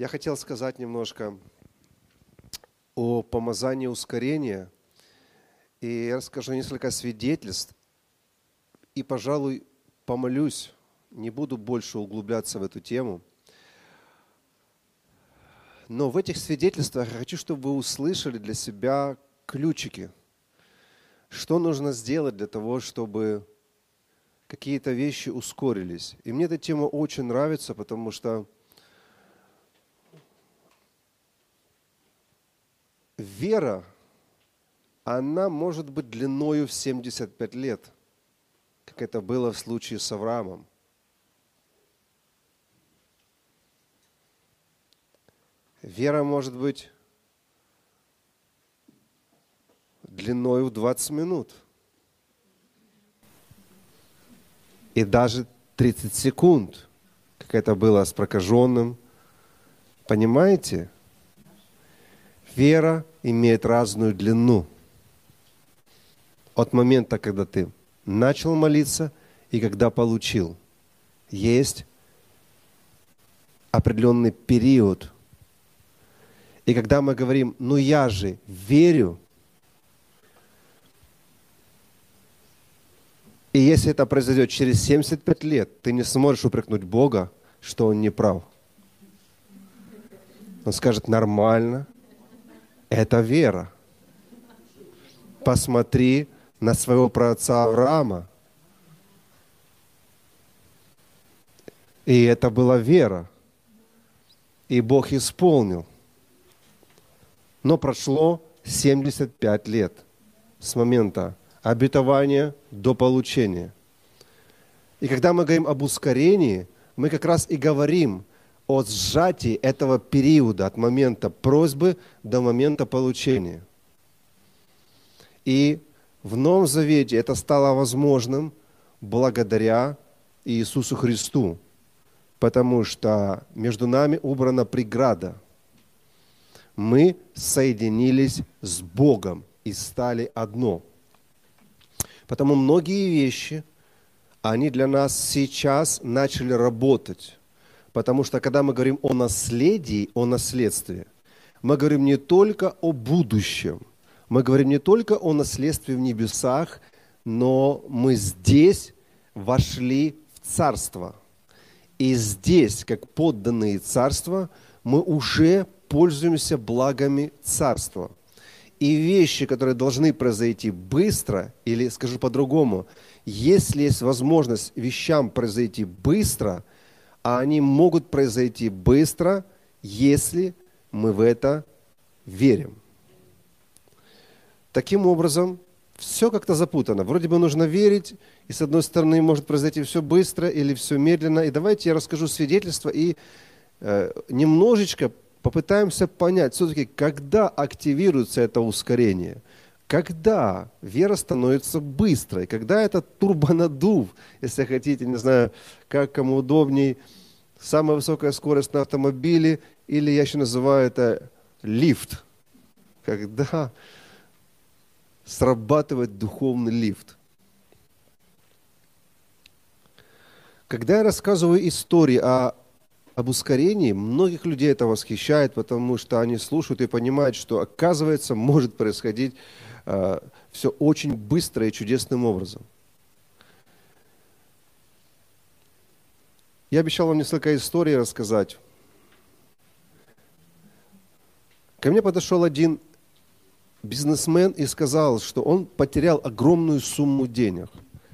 Я хотел сказать немножко о помазании ускорения, и я расскажу несколько свидетельств, и, пожалуй, помолюсь, не буду больше углубляться в эту тему. Но в этих свидетельствах я хочу, чтобы вы услышали для себя ключики. Что нужно сделать для того, чтобы какие-то вещи ускорились. И мне эта тема очень нравится, потому что вера, она может быть длиною в 75 лет, как это было в случае с Авраамом. Вера может быть длиною в 20 минут. И даже 30 секунд, как это было с прокаженным. Понимаете? Вера имеет разную длину. От момента, когда ты начал молиться и когда получил. Есть определенный период. И когда мы говорим, ну я же верю, и если это произойдет через 75 лет, ты не сможешь упрекнуть Бога, что Он не прав. Он скажет, нормально, это вера. Посмотри на своего праотца Авраама. И это была вера. И Бог исполнил. Но прошло 75 лет с момента обетования до получения. И когда мы говорим об ускорении, мы как раз и говорим о сжатии этого периода от момента просьбы до момента получения. И в Новом Завете это стало возможным благодаря Иисусу Христу, потому что между нами убрана преграда. Мы соединились с Богом и стали одно. Потому многие вещи, они для нас сейчас начали работать. Потому что когда мы говорим о наследии, о наследстве, мы говорим не только о будущем, мы говорим не только о наследстве в небесах, но мы здесь вошли в царство. И здесь, как подданные царства, мы уже пользуемся благами царства. И вещи, которые должны произойти быстро, или скажу по-другому, если есть возможность вещам произойти быстро, а они могут произойти быстро, если мы в это верим. Таким образом, все как-то запутано. Вроде бы нужно верить, и с одной стороны может произойти все быстро или все медленно. И давайте я расскажу свидетельство и немножечко попытаемся понять, все-таки, когда активируется это ускорение, когда вера становится быстрой, когда это турбонаддув, если хотите, не знаю, как кому удобней, самая высокая скорость на автомобиле, или я еще называю это лифт, когда срабатывает духовный лифт. Когда я рассказываю истории об ускорении, многих людей это восхищает, потому что они слушают и понимают, что, оказывается, может происходить все очень быстро и чудесным образом. Я обещал вам несколько историй рассказать. Ко мне подошел один бизнесмен и сказал, что он потерял огромную сумму денег.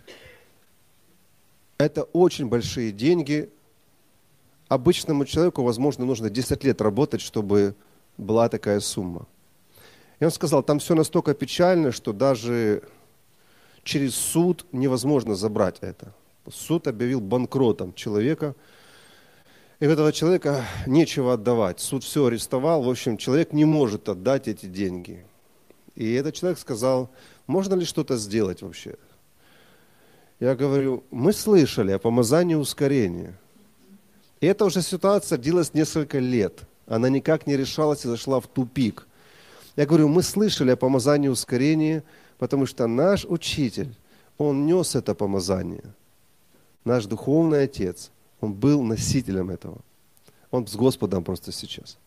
Это очень большие деньги. Обычному человеку, возможно, нужно 10 лет работать, чтобы была такая сумма. И он сказал, там все настолько печально, что даже через суд невозможно забрать это. Суд объявил банкротом человека, и у этого человека нечего отдавать. Суд все арестовал, в общем, человек не может отдать эти деньги. И этот человек сказал, можно ли что-то сделать вообще? Я говорю, мы слышали о помазании ускорения. И эта уже ситуация длилась несколько лет. Она никак не решалась и зашла в тупик. Я говорю, мы слышали о помазании ускорения, потому что наш учитель, он нес это помазание. Наш духовный отец, он был носителем этого. Он с Господом просто сейчас.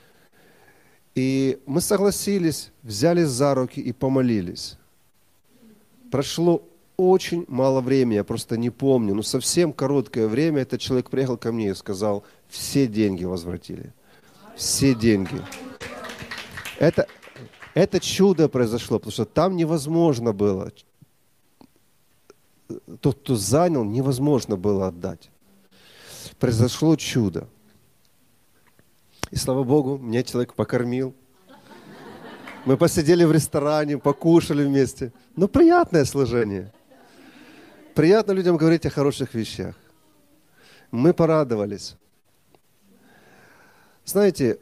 И мы согласились, взялись за руки и помолились. Прошло очень мало времени, я просто не помню, но совсем короткое время этот человек приехал ко мне и сказал, все деньги возвратили. Все деньги. Это чудо произошло, потому что там невозможно было. Тот, кто занял, невозможно было отдать. Произошло чудо. И слава Богу, меня человек покормил. Мы посидели в ресторане, покушали вместе. Ну, приятное служение. Приятно людям говорить о хороших вещах. Мы порадовались. Знаете,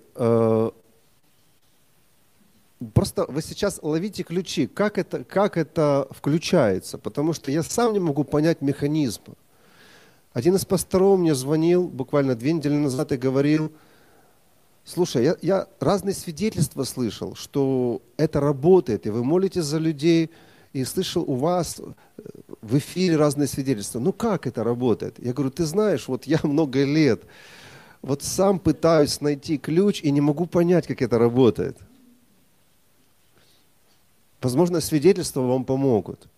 просто вы сейчас ловите ключи, как это включается, потому что я сам не могу понять механизм. Один из пасторов мне звонил буквально 2 недели назад и говорил, слушай, я разные свидетельства слышал, что это работает, и вы молитесь за людей, и слышал у вас в эфире разные свидетельства. Ну как это работает? Я говорю, ты знаешь, вот я много лет вот сам пытаюсь найти ключ и не могу понять, как это работает. Возможно, свидетельства вам помогут.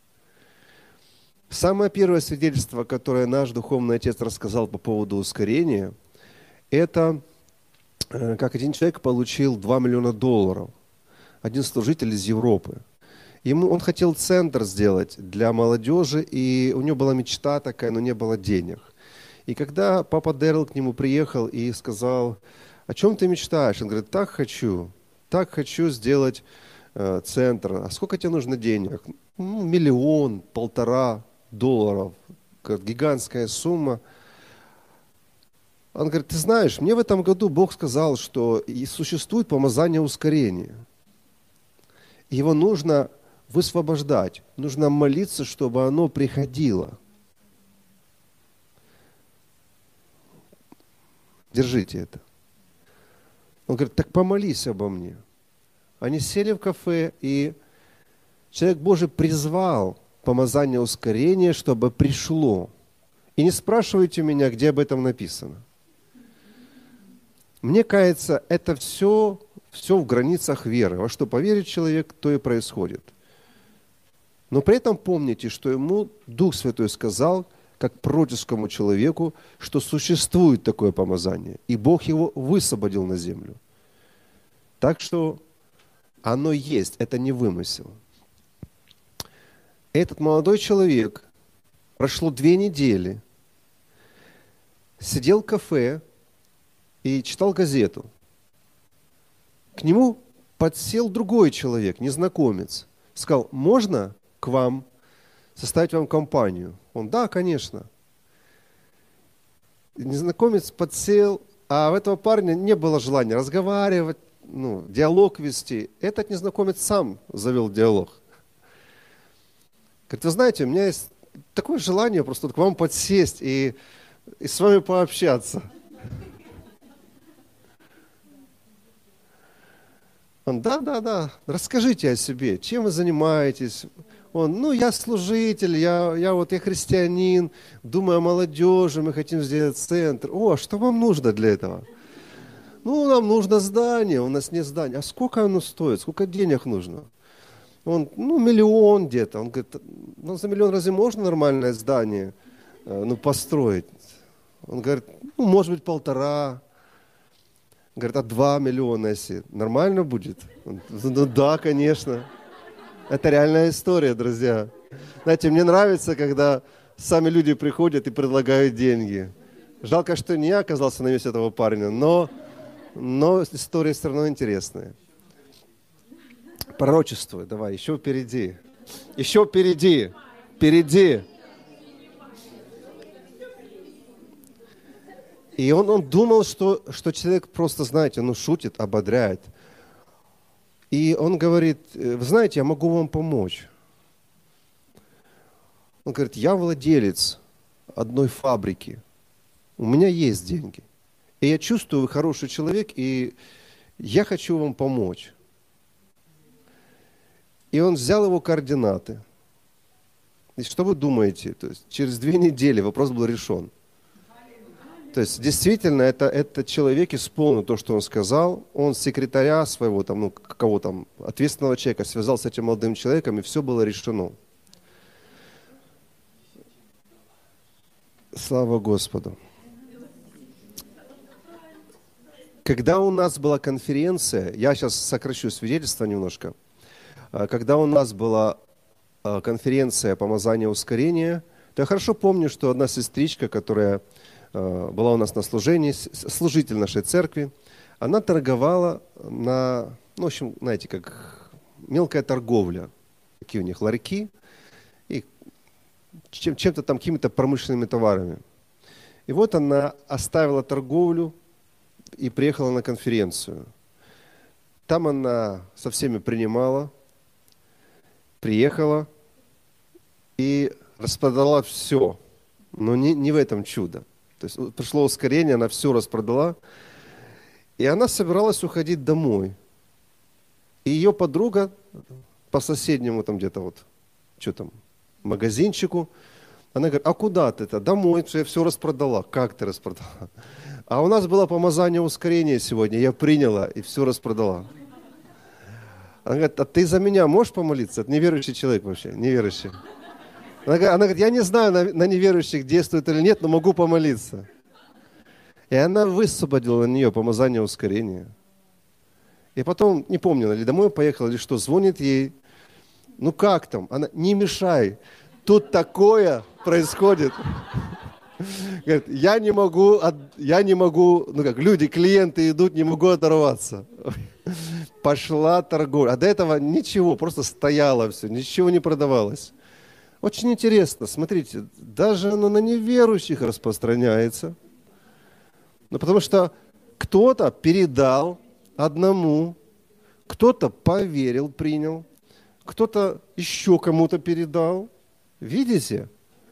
Самое первое свидетельство, которое наш духовный отец рассказал по поводу ускорения, это как один человек получил $2 миллиона. Один служитель из Европы. Он хотел центр сделать для молодежи, и у него была мечта такая, но не было денег. И когда папа Дэрил к нему приехал и сказал, о чем ты мечтаешь? Он говорит, так хочу сделать центр. А сколько тебе нужно денег? $1 миллион, $1,5 миллиона. Гигантская сумма. Он говорит, ты знаешь, мне в этом году Бог сказал, что и существует помазание ускорения. Его нужно высвобождать, нужно молиться, чтобы оно приходило. Держите это. Он говорит, так помолись обо мне. Они сели в кафе, и человек Божий призвал помазание ускорения, чтобы пришло. И не спрашивайте меня, где об этом написано. Мне кажется, это все в границах веры. Во что поверит человек, то и происходит. Но при этом помните, что ему Дух Святой сказал, как пророческому человеку, что существует такое помазание. И Бог его высвободил на землю. Так что оно есть, это не вымысел. Этот молодой человек, прошло 2 недели, сидел в кафе и читал газету. К нему подсел другой человек, незнакомец. Сказал, можно к вам составить вам компанию? Он, да, конечно. Незнакомец подсел, а у этого парня не было желания разговаривать, диалог вести. Этот незнакомец сам завел диалог. Говорит, вы знаете, у меня есть такое желание просто к вам подсесть и с вами пообщаться. Он, да, расскажите о себе, чем вы занимаетесь. Он, я служитель, я христианин, думаю о молодежи, мы хотим сделать центр. О, что вам нужно для этого? Нам нужно здание, у нас нет здания. А сколько оно стоит, сколько денег нужно? Он, 1 миллион где-то. Он говорит, за 1 миллион разве можно нормальное здание построить? Он говорит, может быть, 1,5. Говорит, а 2 миллиона, если нормально будет? Да, конечно. Это реальная история, друзья. Знаете, мне нравится, когда сами люди приходят и предлагают деньги. Жалко, что не я оказался на месте этого парня, но история все равно интересная. Пророчество, давай, еще впереди. Еще впереди. Впереди. И он думал, что человек просто, знаете, шутит, ободряет. И он говорит, вы знаете, я могу вам помочь. Он говорит, я владелец одной фабрики. У меня есть деньги. И я чувствую, вы хороший человек, и я хочу вам помочь. И он взял его координаты. И что вы думаете? То есть через 2 недели вопрос был решен. То есть действительно это человек исполнил то, что он сказал. Он секретаря своего, там, ну, кого там, ответственного человека связал с этим молодым человеком, и все было решено. Слава Господу. Когда у нас была конференция, я сейчас сокращу свидетельство немножко. Когда у нас была конференция помазания ускорения, то я хорошо помню, что одна сестричка, которая была у нас на служении, служитель нашей церкви, она торговала на, ну, в общем, знаете, как мелкая торговля. Такие у них ларьки, и чем-то там, какими-то промышленными товарами. И вот она оставила торговлю и приехала на конференцию. Там она со всеми принимала, приехала и распродала все. Но не в этом чудо. То есть пришло ускорение, она все распродала. И она собиралась уходить домой. И ее подруга по соседнему там где-то вот, что там, магазинчику, она говорит: а куда ты-то? Домой, я все распродала. Как ты распродала? А у нас было помазание ускорения сегодня, я приняла и все распродала. Она говорит: а ты за меня можешь помолиться? Это неверующий человек вообще, неверующий. Она говорит: я не знаю, на неверующих действует или нет, но могу помолиться. И она высвободила на нее помазание ускорения. И потом, не помню, или домой поехала, или что, звонит ей: ну как там? Она: не мешай, тут такое происходит. Говорит: я не могу, ну как, люди, клиенты идут, не могу оторваться. Пошла торговля. А до этого ничего, просто стояло все, ничего не продавалось. Очень интересно, смотрите, даже оно на неверующих распространяется. Ну, потому что кто-то передал одному, кто-то поверил, принял, кто-то еще кому-то передал. Видите?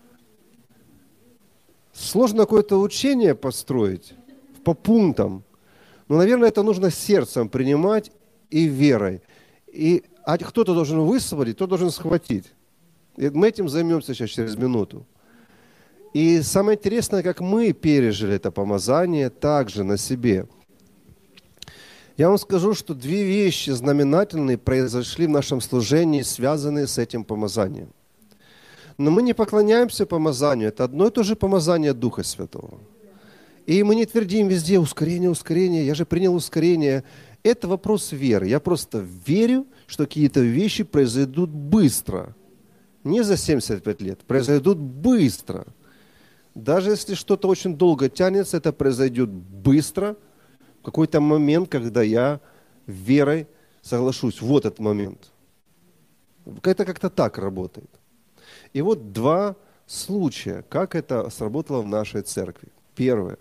Сложно какое-то учение построить по пунктам. Но, наверное, это нужно сердцем принимать и верой. А кто-то должен высвободить, кто должен схватить. И мы этим займемся сейчас через минуту. И самое интересное, как мы пережили это помазание также на себе. Я вам скажу, что две вещи знаменательные произошли в нашем служении, связанные с этим помазанием. Но мы не поклоняемся помазанию. Это одно и то же помазание Духа Святого. И мы не твердим везде: ускорение, ускорение, я же принял ускорение. Это вопрос веры. Я просто верю, что какие-то вещи произойдут быстро. Не за 75 лет, произойдут быстро. Даже если что-то очень долго тянется, это произойдет быстро. В какой-то момент, когда я верой соглашусь. Вот этот момент. Это как-то так работает. И вот два случая, как это сработало в нашей церкви. Первое.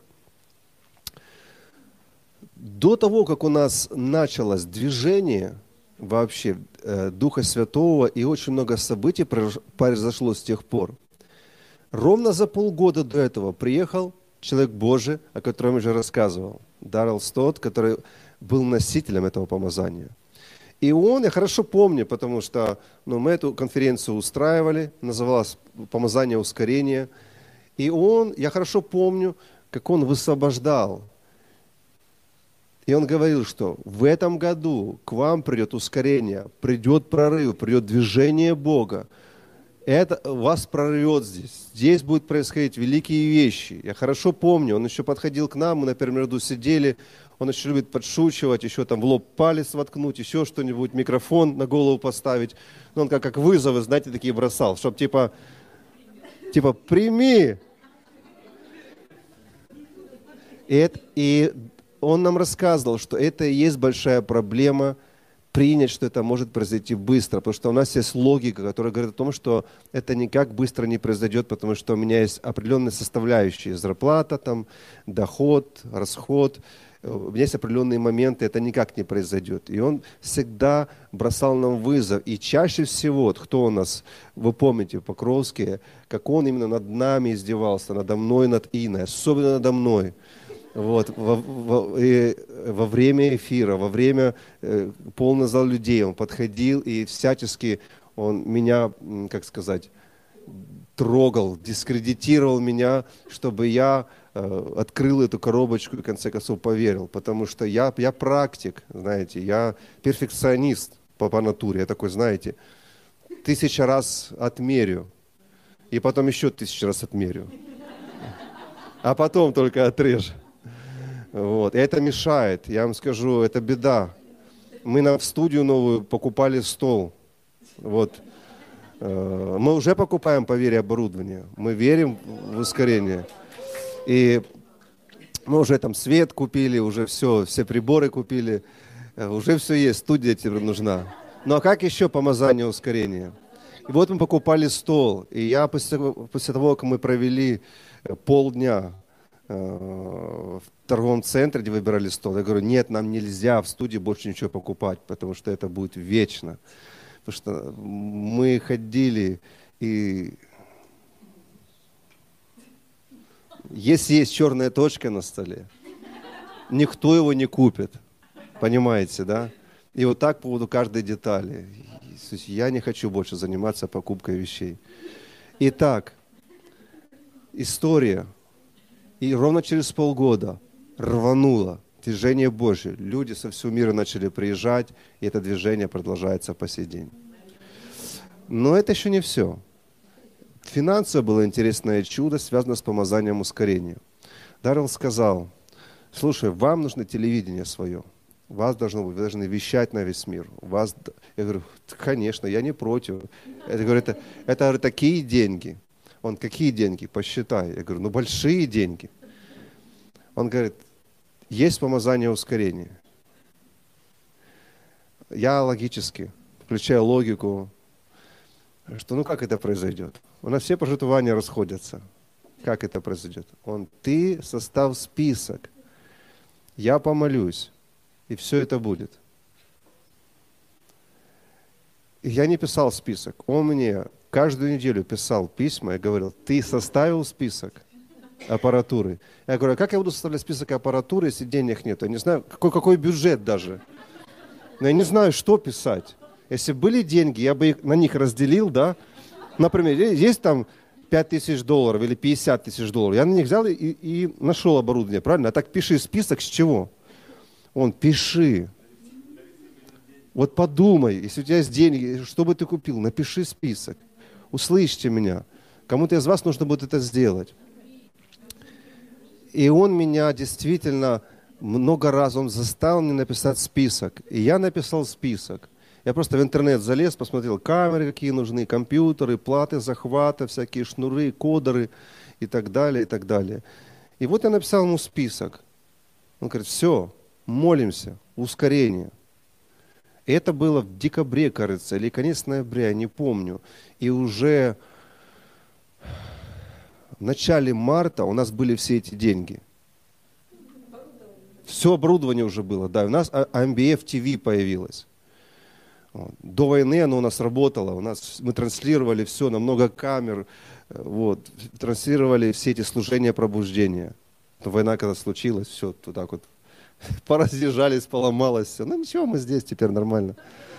До того, как у нас началось движение вообще Духа Святого, и очень много событий произошло с тех пор, ровно за полгода до этого приехал человек Божий, о котором я уже рассказывал, Даррел Стот, который был носителем этого помазания. И он, я хорошо помню, потому что мы эту конференцию устраивали, называлась «Помазание ускорения». И я хорошо помню, как он высвобождал. И он говорил, что в этом году к вам придет ускорение, придет прорыв, придет движение Бога. Это вас прорвет здесь. Здесь будут происходить великие вещи. Я хорошо помню, он еще подходил к нам, мы на первом ряду сидели, он еще любит подшучивать, еще там в лоб палец воткнуть, еще что-нибудь, микрофон на голову поставить. Но он как вызовы, знаете, такие бросал, чтобы типа прими. И он нам рассказывал, что это и есть большая проблема, принять, что это может произойти быстро, потому что у нас есть логика, которая говорит о том, что это никак быстро не произойдет, потому что у меня есть определенные составляющие: зарплата, там, доход, расход, у меня есть определенные моменты, это никак не произойдет. И он всегда бросал нам вызов. И чаще всего, вот кто у нас, вы помните, Покровские, как он именно над нами издевался, надо мной, над Иной, особенно надо мной. Вот, во время эфира, во время полный зал людей он подходил и всячески он меня, как сказать, трогал, дискредитировал меня, чтобы я открыл эту коробочку и в конце концов поверил. Потому что я практик, знаете, я перфекционист по натуре. Я такой, знаете, 1000 раз отмерю, и потом еще 1000 раз отмерю. А потом только отрежу. Вот. И это мешает, я вам скажу, это беда. Мы в студию новую покупали стол. Вот. Мы уже покупаем по вере оборудование. Мы верим в ускорение. И мы уже там свет купили, уже все приборы купили. Уже все есть, студия теперь нужна. Ну а как еще помазание ускорения? И вот мы покупали стол. И я после того, как мы провели полдня в торговом центре, где выбирали стол, я говорю, нет, нам нельзя в студии больше ничего покупать, потому что это будет вечно. Потому что мы ходили, и если есть черная точка на столе, никто его не купит. Понимаете, да? И вот так по поводу каждой детали. Я не хочу больше заниматься покупкой вещей. Итак, история. И ровно через полгода рвануло движение Божье. Люди со всего мира начали приезжать, и это движение продолжается по сей день. Но это еще не все. Финансово было интересное чудо, связано с помазанием ускорения. Даррелл сказал, слушай, вам нужно телевидение свое. Вас должно быть, вы должны вещать на весь мир. Я говорю, конечно, я не против. Я говорю, это такие деньги. Он, какие деньги? Посчитай. Я говорю, большие деньги. Он говорит, есть помазание ускорения. Я логически, включая логику, что как это произойдет? У нас все пожертвования расходятся. Как это произойдет? Ты составь список. Я помолюсь. И все это будет. И я не писал список. Он мне каждую неделю писал письма и говорил, ты составил список аппаратуры? Я говорю, а как я буду составлять список аппаратуры, если денег нет? Я не знаю, какой бюджет даже. Но я не знаю, что писать. Если были деньги, я бы на них разделил, да? Например, есть там $5000 или $50 000. Я на них взял и нашел оборудование, правильно? А так пиши список с чего? Пиши. Вот подумай, если у тебя есть деньги, что бы ты купил, напиши список. Услышьте меня. Кому-то из вас нужно будет это сделать. И он меня действительно много раз, он заставил меня написать список. И я написал список. Я просто в интернет залез, посмотрел камеры, какие нужны, компьютеры, платы захвата, всякие шнуры, кодеры и так далее, и так далее. И вот я написал ему список. Он говорит, все, молимся, ускорение. И это было в декабре, кажется, или конец ноября, я не помню. И уже в начале марта у нас были все эти деньги. Все оборудование уже было, да. У нас IMBF TV появилось. До войны оно у нас работало. Мы транслировали все на много камер. Транслировали все эти служения пробуждения. Но война когда случилась, все туда вот поразъезжались, поломалось все. Ну ничего, мы здесь теперь нормально.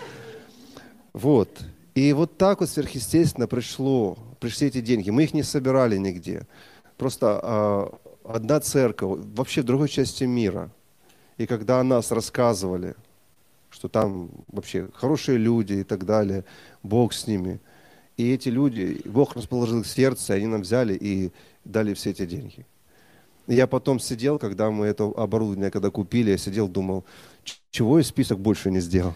И вот так вот сверхъестественно пришли эти деньги. Мы их не собирали нигде. Просто одна церковь, вообще в другой части мира. И когда о нас рассказывали, что там вообще хорошие люди и так далее, Бог с ними. И эти люди, Бог расположил их сердце, они нам взяли и дали все эти деньги. И я потом сидел, когда мы это оборудование когда купили, я сидел, думал, чего я список больше не сделал.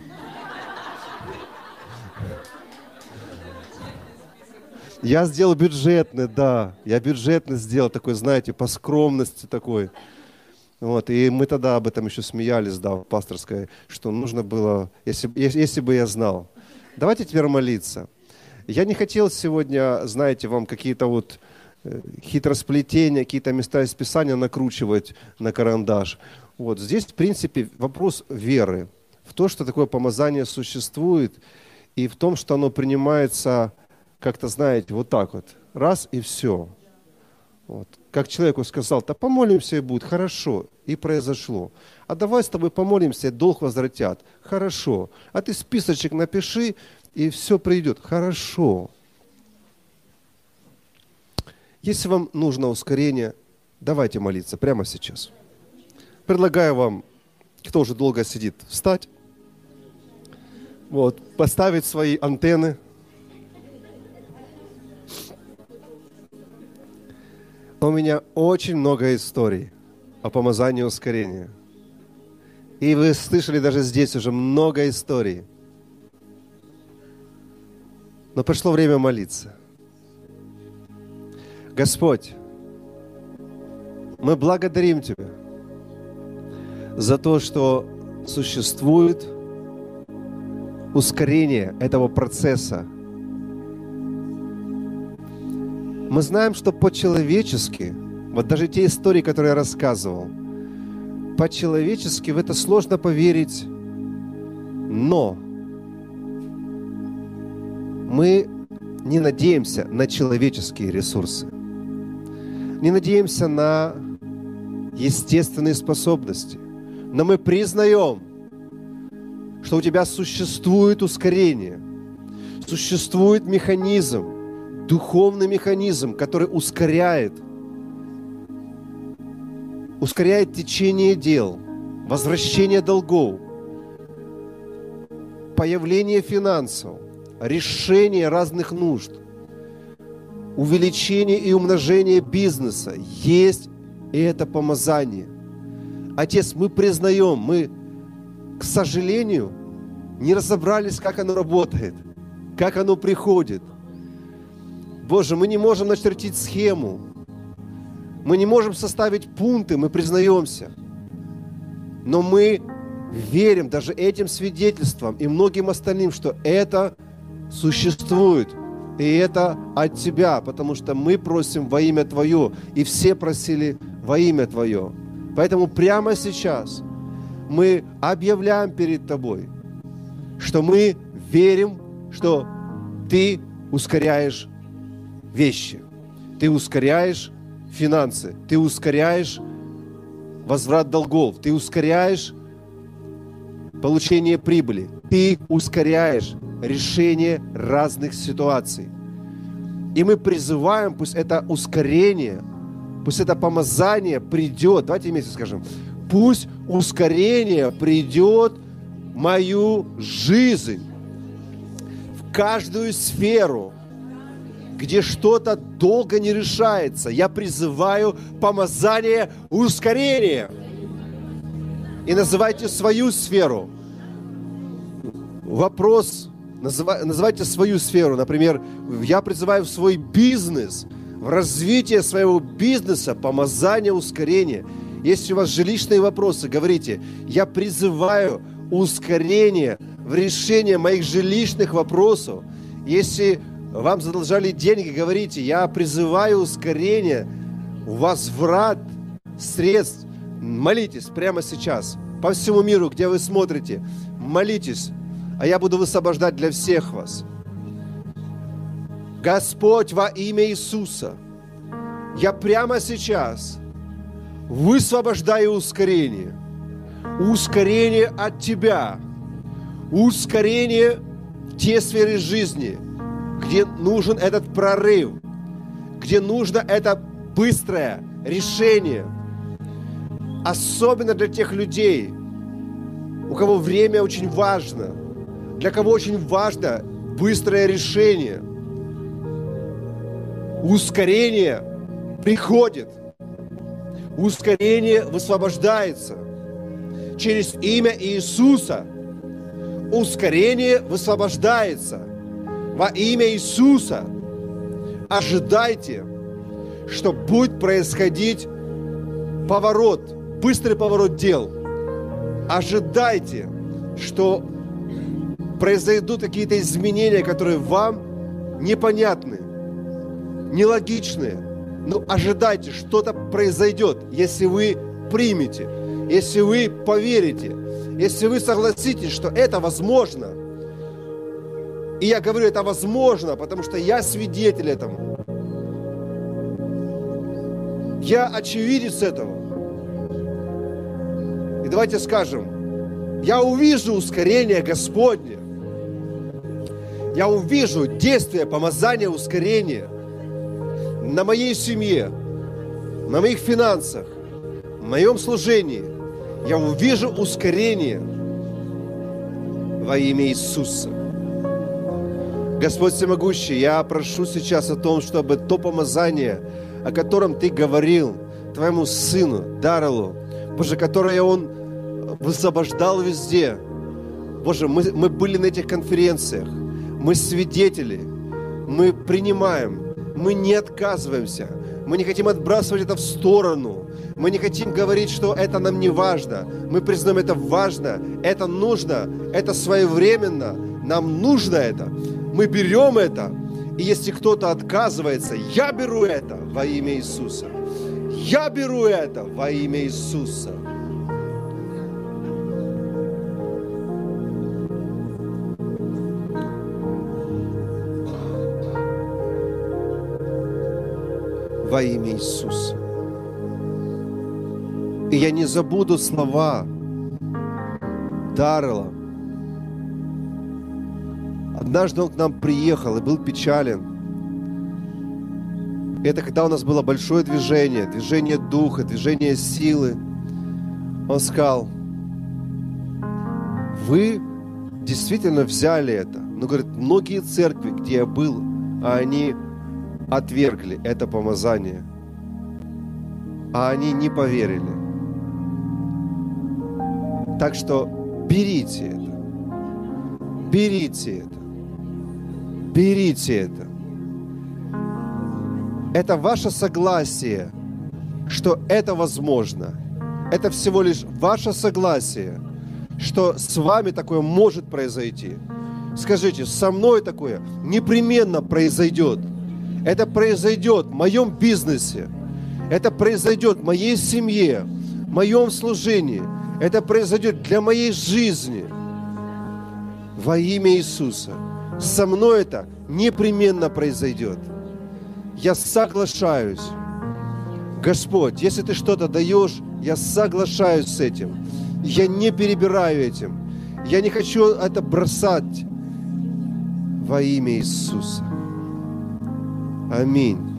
Я сделал бюджетный, да. Я бюджетный сделал, такой, знаете, по скромности такой. И мы тогда об этом еще смеялись, да, в пасторской, что нужно было, если бы я знал. Давайте теперь молиться. Я не хотел сегодня, знаете, вам какие-то хитросплетения, какие-то места из Писания накручивать на карандаш. Здесь, в принципе, вопрос веры. В то, что такое помазание существует, и в том, что оно принимается как-то, знаете, вот так вот. Раз и все. Как человеку сказал, да помолимся и будет, хорошо, и произошло. А давай с тобой помолимся, и долг возвратят. Хорошо. А ты списочек напиши, и все придет. Хорошо. Если вам нужно ускорение, давайте молиться прямо сейчас. Предлагаю вам, кто уже долго сидит, встать, поставить свои антенны. У меня очень много историй о помазании ускорения. И вы слышали даже здесь уже много историй. Но пришло время молиться. Господь, мы благодарим Тебя за то, что существует ускорение этого процесса. Мы знаем, что по-человечески, вот даже те истории, которые я рассказывал, по-человечески в это сложно поверить, но мы не надеемся на человеческие ресурсы, не надеемся на естественные способности, но мы признаем, что у Тебя существует ускорение, существует механизм, духовный механизм, который ускоряет течение дел, возвращение долгов, появление финансов, решение разных нужд, увеличение и умножение бизнеса. Есть и это помазание. Отец, мы признаем, мы, к сожалению, не разобрались, как оно работает, как оно приходит. Боже, мы не можем начертить схему, мы не можем составить пункты, мы признаемся. Но мы верим даже этим свидетельствам и многим остальным, что это существует. И это от Тебя, потому что мы просим во имя Твое, и все просили во имя Твое. Поэтому прямо сейчас мы объявляем перед Тобой, что мы верим, что Ты ускоряешь вещи, Ты ускоряешь финансы, Ты ускоряешь возврат долгов, Ты ускоряешь получение прибыли, Ты ускоряешь решение разных ситуаций. И мы призываем, пусть это ускорение, пусть это помазание придет. Давайте вместе скажем. Пусть ускорение придет в мою жизнь, в каждую сферу, где что-то долго не решается. Я призываю помазание ускорения. И называйте свою сферу. Вопрос, называйте свою сферу. Например, я призываю в свой бизнес, в развитие своего бизнеса помазание ускорения. Если у вас жилищные вопросы, говорите, я призываю ускорение в решении моих жилищных вопросов. Если вам задолжали деньги, говорите, я призываю ускорение, возврат средств. Молитесь прямо сейчас. По всему миру, где вы смотрите, молитесь, а я буду высвобождать для всех вас. Господь, во имя Иисуса, я прямо сейчас высвобождаю ускорение. Ускорение от Тебя. Ускорение в те сферы жизни, где нужен этот прорыв, где нужно это быстрое решение. Особенно для тех людей, у кого время очень важно, для кого очень важно быстрое решение. Ускорение приходит. Ускорение высвобождается. Через имя Иисуса ускорение высвобождается. Во имя Иисуса ожидайте, что будет происходить поворот, быстрый поворот дел. Ожидайте, что произойдут какие-то изменения, которые вам непонятны, нелогичные. Но ожидайте, что-то произойдет, если вы примете, если вы поверите, если вы согласитесь, что это возможно. И я говорю, это возможно, потому что я свидетель этому. Я очевидец этого. И давайте скажем, я увижу ускорение Господне. Я увижу действие помазания ускорения. на моей семье, на моих финансах, в моем служении, я увижу ускорение во имя Иисуса. Господь Всемогущий, я прошу сейчас о том, чтобы то помазание, о котором Ты говорил Твоему сыну Дарреллу, Боже, которое Он высвобождал везде. Боже, мы были на этих конференциях, мы свидетели, мы принимаем, мы не отказываемся, мы не хотим отбрасывать это в сторону, мы не хотим говорить, что это нам не важно. Мы признаем, это важно, это нужно, это своевременно, нам нужно это. Мы берем это, и если кто-то отказывается, я беру это во имя Иисуса. Я беру это во имя Иисуса. Во имя Иисуса. И я не забуду слова Даррелла. Однажды он к нам приехал и был печален. Это когда у нас было большое движение, движение духа, движение силы. Он сказал: вы действительно взяли это. Но, говорит, многие церкви, где я был, они отвергли это помазание, а они не поверили. Так что берите это, берите это, берите это. Это ваше согласие, что это возможно. Это всего лишь ваше согласие, что с вами такое может произойти. Скажите, со мной такое непременно произойдет. Это произойдет в моем бизнесе. Это произойдет в моей семье, в моем служении. Это произойдет для моей жизни. Во имя Иисуса. Со мной это непременно произойдет. Я соглашаюсь. Господь, если Ты что-то даешь, я соглашаюсь с этим. Я не перебираю этим. Я не хочу это бросать. Во имя Иисуса. Аминь.